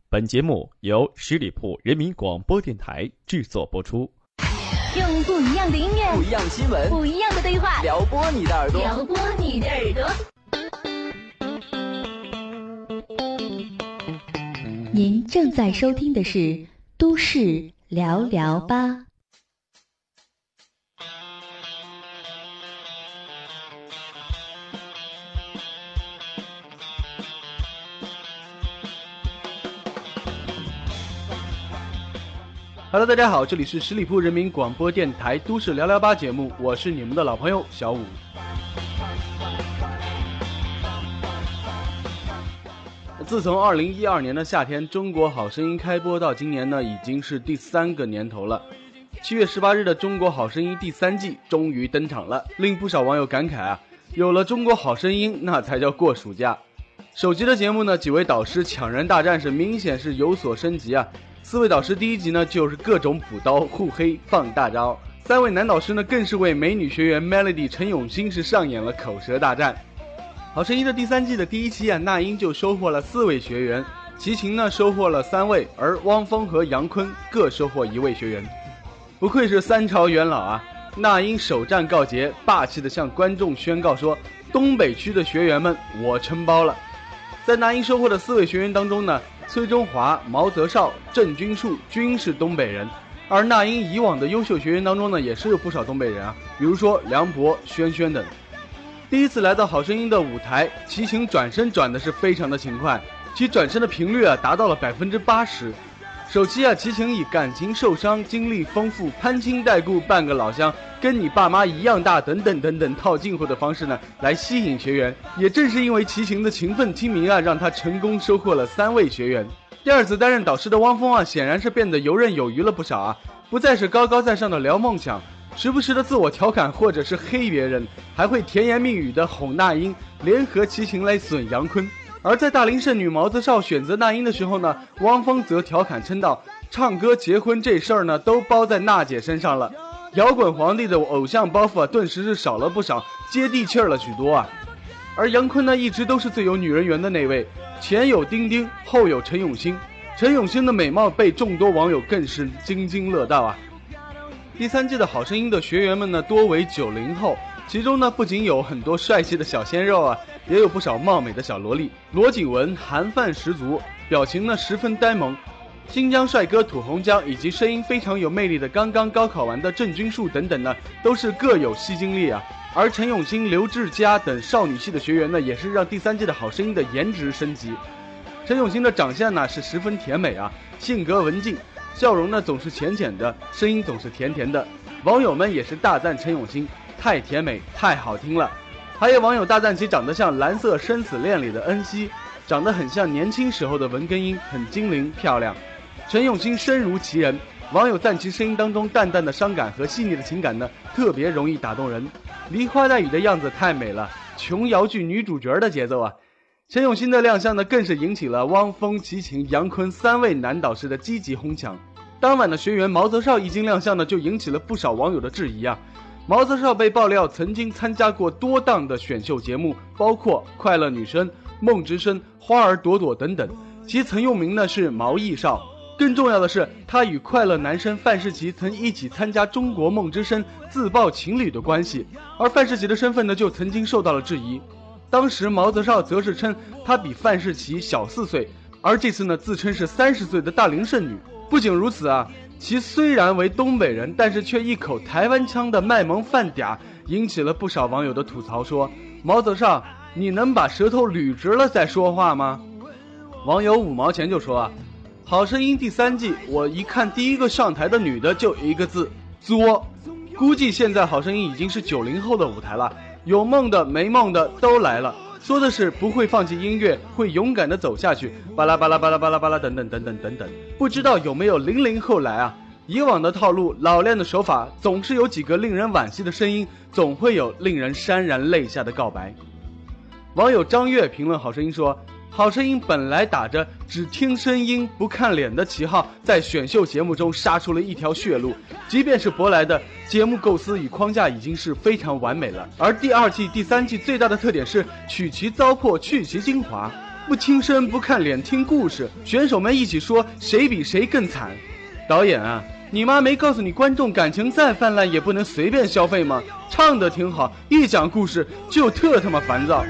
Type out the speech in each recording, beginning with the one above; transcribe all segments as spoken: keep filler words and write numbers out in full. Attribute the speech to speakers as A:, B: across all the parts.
A: 本节目由十里铺人民广播电台制作播出。
B: 用不一样的音乐，
C: 不一样的新闻，
B: 不一样的对话，
C: 撩拨你的耳朵，
B: 撩拨你的耳朵。您正在收听的是《都市聊聊吧》。
D: Hello， 大家好，这里是十里铺人民广播电台《都市聊聊吧》节目，我是你们的老朋友小武。自从二零一二年的夏天，《中国好声音》开播到今年呢，已经是第三个年头了。七月十八日的《中国好声音》第三季终于登场了，令不少网友感慨啊，有了《中国好声音》，那才叫过暑假。首集的节目呢，几位导师抢人大战是明显是有所升级啊。四位导师第一集呢就是各种补刀互黑放大招，三位男导师呢更是为美女学员 Melody 陈咏欣是上演了口舌大战。好声音的第三季的第一期啊，那英就收获了四位学员，齐秦呢收获了三位，而汪峰和杨坤各收获一位学员。不愧是三朝元老啊，那英首战告捷，霸气的向观众宣告说，东北区的学员们我承包了。在那英收获的四位学员当中呢，崔中华、毛泽少、郑君树均是东北人，而那英以往的优秀学员当中呢，也是有不少东北人啊，比如说梁博、轩轩等。第一次来到好声音的舞台，齐秦转身转的是非常的勤快，其转身的频率啊达到了百分之八十。首期啊，齐秦以感情受伤、经历丰富、攀亲带故、半个老乡、跟你爸妈一样大等等等等套近乎的方式呢，来吸引学员。也正是因为齐秦的勤奋亲民啊，让他成功收获了三位学员。第二次担任导师的汪峰啊，显然是变得游刃有余了不少啊，不再是高高在上的聊梦想，时不时的自我调侃或者是黑别人，还会甜言蜜语的哄那英，联合齐秦来损杨坤。而在大龄剩女毛泽少选择那英的时候呢，汪峰则调侃称道，唱歌结婚这事儿呢都包在娜姐身上了。摇滚皇帝的偶像包袱啊顿时是少了不少，接地气儿了许多啊。而杨坤呢一直都是最有女人缘的那位，前有丁丁，后有陈咏欣，陈咏欣的美貌被众多网友更是津津乐道啊。第三季的好声音的学员们呢多为九零后，其中呢不仅有很多帅气的小鲜肉啊，也有不少貌美的小萝莉。罗景文韩范十足，表情呢十分呆萌。新疆帅哥土红江以及声音非常有魅力的刚刚高考完的郑君树等等呢，都是各有吸睛力啊。而陈咏欣、刘志佳等少女系的学员呢，也是让第三季的好声音的颜值升级。陈咏欣的长相呢是十分甜美啊，性格文静，笑容呢总是浅浅的，声音总是甜甜的。网友们也是大赞陈咏欣太甜美太好听了，还有网友大赞其长得像蓝色生死恋里的恩熙，长得很像年轻时候的文根英，很精灵漂亮。陈咏欣声如其人，网友赞其声音当中淡淡的伤感和细腻的情感呢特别容易打动人，梨花带雨的样子太美了，琼瑶剧女主角的节奏啊。陈咏欣的亮相呢更是引起了汪峰、齐秦、杨坤三位男导师的积极哄抢。当晚的学员毛泽少一经亮相呢，就引起了不少网友的质疑啊。毛泽少被爆料曾经参加过多档的选秀节目，包括快乐女声、梦之声、花儿朵朵等等，其曾用名呢是毛艺少。更重要的是，他与快乐男生范世琦曾一起参加中国梦之声，自曝情侣的关系，而范世琦的身份呢就曾经受到了质疑。当时毛泽少则是称他比范世琦小四岁，而这次呢自称是三十岁的大龄剩女。不仅如此啊，其虽然为东北人，但是却一口台湾腔的卖萌饭嗲，引起了不少网友的吐槽，说毛泽少，你能把舌头捋直了再说话吗？网友五毛钱就说啊，好声音第三季我一看第一个上台的女的就一个字，作。估计现在好声音已经是九零后的舞台了，有梦的没梦的都来了，说的是不会放弃音乐，会勇敢的走下去，巴拉巴拉巴拉巴拉巴拉等等等等等等。不知道有没有零零后来啊？以往的套路，老练的手法，总是有几个令人惋惜的声音，总会有令人潸然泪下的告白。网友张悦评论好声音说，好声音本来打着只听声音不看脸的旗号，在选秀节目中杀出了一条血路，即便是舶来的节目构思与框架已经是非常完美了，而第二季第三季最大的特点是取其糟粕去其精华， 不听声不看脸听故事，选手们一起说谁比谁更惨。导演啊，你妈没告诉你观众感情再泛滥也不能随便消费吗？唱得挺好，一讲故事就特他妈烦躁。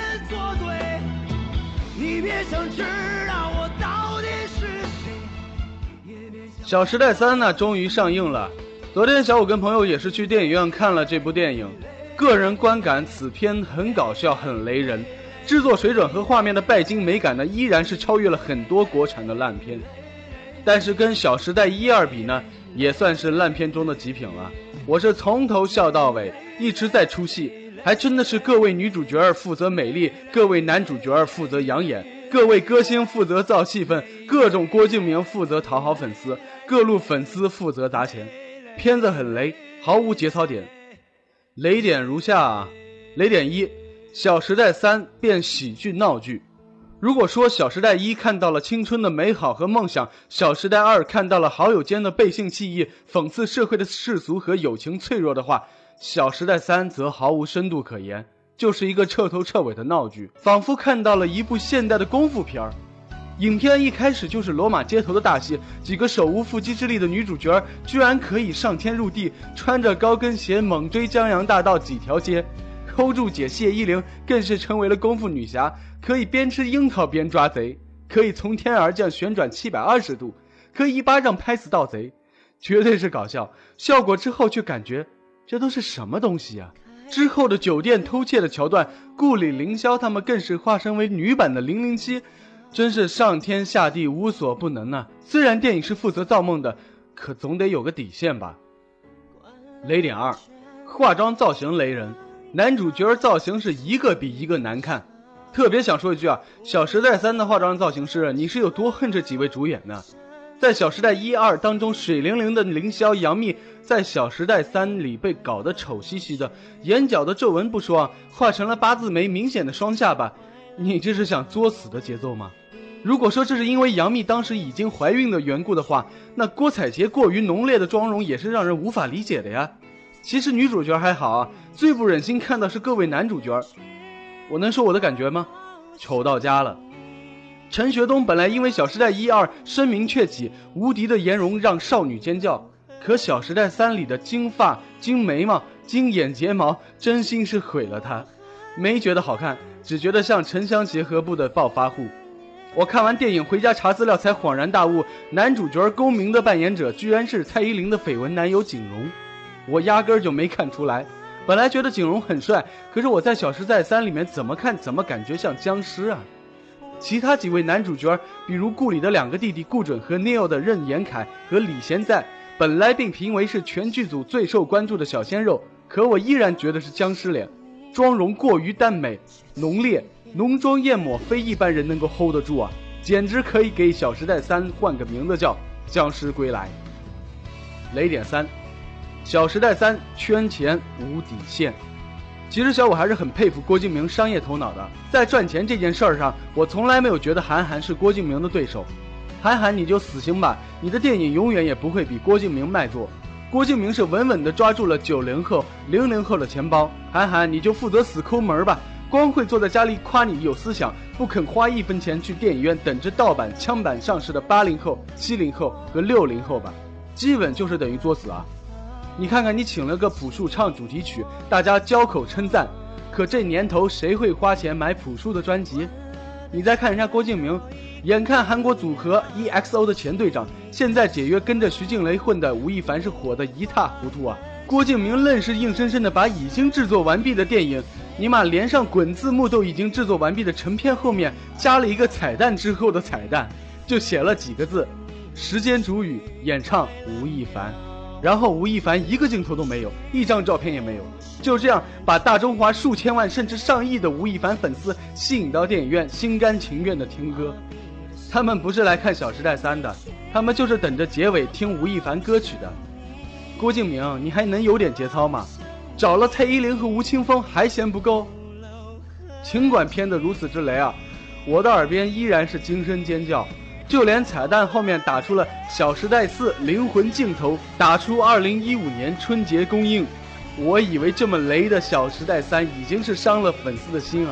D: 小时代三呢终于上映了，昨天小五跟朋友也是去电影院看了这部电影，个人观感此片很搞笑很雷人，制作水准和画面的拜金美感呢依然是超越了很多国产的烂片，但是跟小时代一二比呢也算是烂片中的极品了。我是从头笑到尾，一直在出戏，还真的是各位女主角负责美丽，各位男主角负责养眼，各位歌星负责造气氛，各种郭敬明负责讨好粉丝，各路粉丝负责砸钱。片子很雷，毫无节操点。雷点如下啊。雷点一，小时代三变喜剧闹剧。如果说小时代一看到了青春的美好和梦想，小时代二看到了好友间的背信弃义，讽刺社会的世俗和友情脆弱的话，小时代三则毫无深度可言，就是一个彻头彻尾的闹剧，仿佛看到了一部现代的功夫片儿。影片一开始就是罗马街头的大戏，几个手无缚鸡之力的女主角居然可以上天入地，穿着高跟鞋猛追江洋大盗几条街，hold住姐谢依霖更是成为了功夫女侠，可以边吃樱桃边抓贼，可以从天而降旋转七百二十度，可以一巴掌拍死盗贼，绝对是搞笑。效果之后却感觉这都是什么东西啊。之后的酒店偷窃的桥段，顾里凌霄他们更是化身为女版的零零七，真是上天下地无所不能啊。虽然电影是负责造梦的，可总得有个底线吧。雷点二，化妆造型雷人，男主角造型是一个比一个难看。特别想说一句啊，小时代三的化妆造型师，你是有多恨这几位主演呢？在小时代一二当中水灵灵的凌霄杨幂，在小时代三里被搞得丑兮兮的，眼角的皱纹不说，画成了八字眉明显的双下巴，你这是想作死的节奏吗？如果说这是因为杨幂当时已经怀孕的缘故的话，那郭采洁过于浓烈的妆容也是让人无法理解的呀。其实女主角还好啊，最不忍心看到是各位男主角，我能说我的感觉吗？丑到家了。陈学冬本来因为小时代一二声名鹊起，无敌的颜容让少女尖叫，可小时代三里的金发金眉毛金眼睫毛真心是毁了他，没觉得好看，只觉得像城乡结合部的暴发户。我看完电影回家查资料才恍然大悟，男主角公明的扮演者居然是蔡依林的绯闻男友景荣，我压根儿就没看出来。本来觉得景荣很帅，可是我在小时代三里面怎么看怎么感觉像僵尸啊。其他几位男主角，比如顾里的两个弟弟顾准和 Neil 的任言凯和李贤在，本来并评为是全剧组最受关注的小鲜肉，可我依然觉得是僵尸脸，妆容过于耽美浓烈，浓妆艳抹非一般人能够 hold 得住啊，简直可以给小时代三换个名字叫僵尸归来。雷点三，小时代三圈钱无底线。其实小五还是很佩服郭敬明商业头脑的，在赚钱这件事儿上，我从来没有觉得韩寒是郭敬明的对手。韩寒你就死心吧，你的电影永远也不会比郭敬明卖座。郭敬明是稳稳地抓住了九零后零零后的钱包，韩寒你就负责死抠门吧，光会坐在家里夸你有思想，不肯花一分钱去电影院等着盗版枪版上市的八零后七零后和六零后吧，基本就是等于作死啊。你看看你请了个朴树唱主题曲，大家交口称赞，可这年头谁会花钱买朴树的专辑？你再看人家郭敬明，眼看韩国组合 E X O 的前队长现在解约跟着徐静蕾混的吴亦凡是火得一塌糊涂啊，郭敬明愣是硬生生的把已经制作完毕的电影，尼玛连上滚字幕都已经制作完毕的成片后面加了一个彩蛋之后的彩蛋，就写了几个字，时间主语演唱吴亦凡，然后吴亦凡一个镜头都没有，一张照片也没有，就这样把大中华数千万甚至上亿的吴亦凡粉丝吸引到电影院，心甘情愿的听歌。他们不是来看小时代三的，他们就是等着结尾听吴亦凡歌曲的。郭敬明你还能有点节操吗？找了蔡依林和吴青峰还嫌不够？尽管片得如此之雷啊，我的耳边依然是惊声尖叫，就连彩蛋后面打出了小时代四灵魂镜头，打出二零一五年春节公映，我以为这么雷的小时代三已经是伤了粉丝的心啊，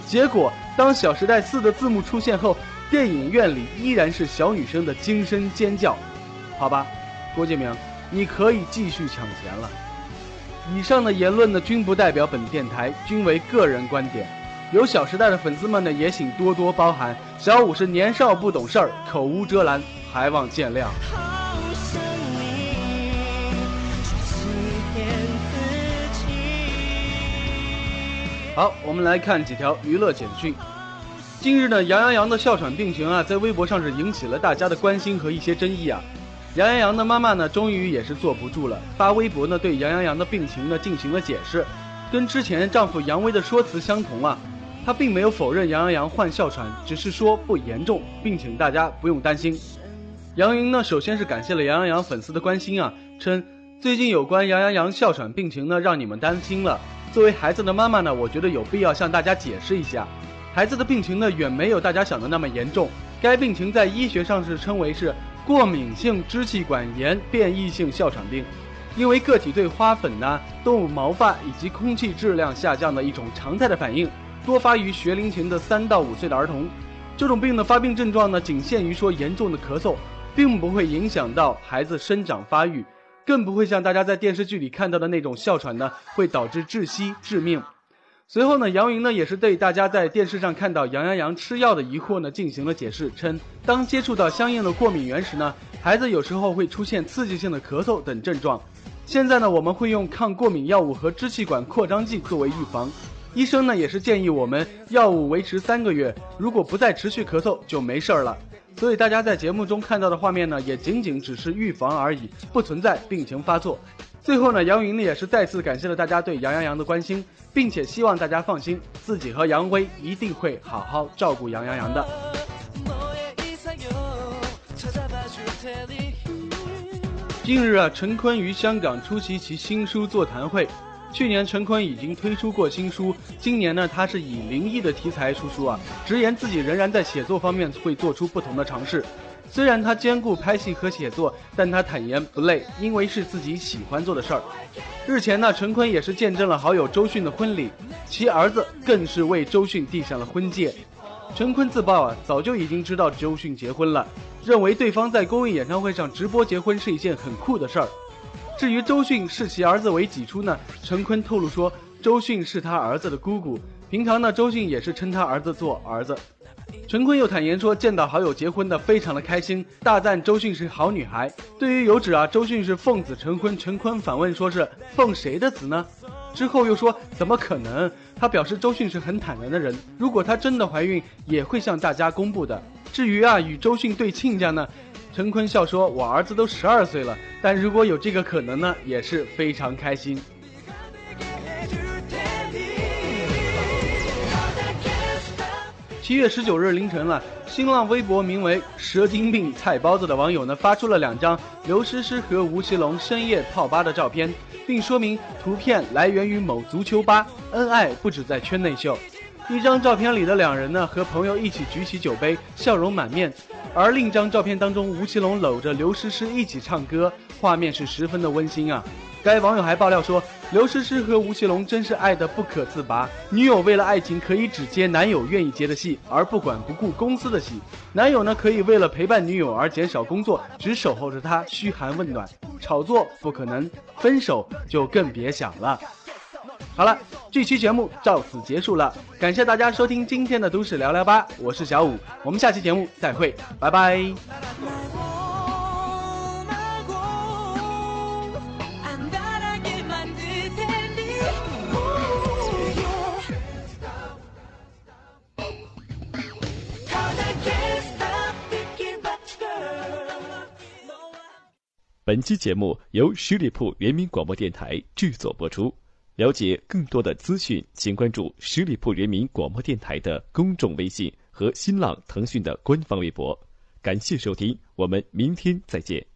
D: 结果当《小时代四》的字幕出现后，电影院里依然是小女生的惊声尖叫。好吧，郭敬明，你可以继续抢钱了。以上的言论呢，均不代表本电台，均为个人观点。有小时代的粉丝们呢，也请多多包涵。小五是年少不懂事儿，口无遮拦，还望见谅。好，我们来看几条娱乐简讯。近日呢，杨阳洋的哮喘病情啊，在微博上是引起了大家的关心和一些争议啊。杨阳洋的妈妈呢，终于也是坐不住了，发微博呢对杨阳洋的病情呢进行了解释，跟之前丈夫杨威的说辞相同啊。她并没有否认杨阳洋患哮喘，只是说不严重，并请大家不用担心。杨云呢，首先是感谢了杨阳洋粉丝的关心啊，称最近有关杨阳洋哮喘病情呢，让你们担心了。作为孩子的妈妈呢，我觉得有必要向大家解释一下，孩子的病情呢远没有大家想的那么严重，该病情在医学上是称为是过敏性支气管炎变异性哮喘病，因为个体对花粉呐、动物毛发以及空气质量下降的一种常态的反应，多发于学龄前的三到五岁的儿童。这种病的发病症状呢，仅限于说严重的咳嗽，并不会影响到孩子生长发育，更不会像大家在电视剧里看到的那种哮喘呢，会导致窒息致命。随后呢，杨云呢也是对大家在电视上看到杨阳洋吃药的疑惑呢进行了解释，称当接触到相应的过敏源时呢，孩子有时候会出现刺激性的咳嗽等症状。现在呢，我们会用抗过敏药物和支气管扩张剂作为预防。医生呢也是建议我们药物维持三个月，如果不再持续咳嗽就没事了。所以大家在节目中看到的画面呢，也仅仅只是预防而已，不存在病情发作。最后呢，杨云呢也是再次感谢了大家对杨阳洋的关心，并且希望大家放心，自己和杨威一定会好好照顾杨阳洋的。近日啊，陈坤于香港出席其新书座谈会。去年陈坤已经推出过新书，今年呢他是以灵异的题材出书啊，直言自己仍然在写作方面会做出不同的尝试。虽然他兼顾拍戏和写作，但他坦言不累，因为是自己喜欢做的事儿。日前呢，陈坤也是见证了好友周迅的婚礼，其儿子更是为周迅递上了婚戒。陈坤自曝啊，早就已经知道周迅结婚了，认为对方在公益演唱会上直播结婚是一件很酷的事儿。至于周迅视其儿子为己出呢，陈坤透露说，周迅是他儿子的姑姑，平常呢周迅也是称他儿子做儿子。陈坤又坦言说，见到好友结婚的非常的开心，大赞周迅是好女孩。对于有指啊周迅是奉子成婚，陈坤反问说是奉谁的子呢？之后又说怎么可能，他表示周迅是很坦然的人，如果她真的怀孕也会向大家公布的。至于啊与周迅对亲家呢，陈坤笑说，我儿子都十二岁了，但如果有这个可能呢，也是非常开心。七月十九日凌晨了，新浪微博名为蛇精病菜包子的网友呢发出了两张刘诗诗和吴奇隆深夜泡吧的照片，并说明图片来源于某足球吧，恩爱不止在圈内秀。一张照片里的两人呢和朋友一起举起酒杯，笑容满面，而另一张照片当中，吴奇隆搂着刘诗诗一起唱歌，画面是十分的温馨啊。该网友还爆料说，刘诗诗和吴奇隆真是爱得不可自拔，女友为了爱情可以只接男友愿意接的戏，而不管不顾公司的戏，男友呢可以为了陪伴女友而减少工作，只守候着她嘘寒问暖。炒作不可能，分手就更别想了。好了，这期节目到此结束了，感谢大家收听今天的都市聊聊吧，我是小五，我们下期节目再会，拜拜。
A: 本期节目由十里铺人民广播电台制作播出。了解更多的资讯，请关注十里铺人民广播电台的公众微信和新浪、腾讯的官方微博。感谢收听，我们明天再见。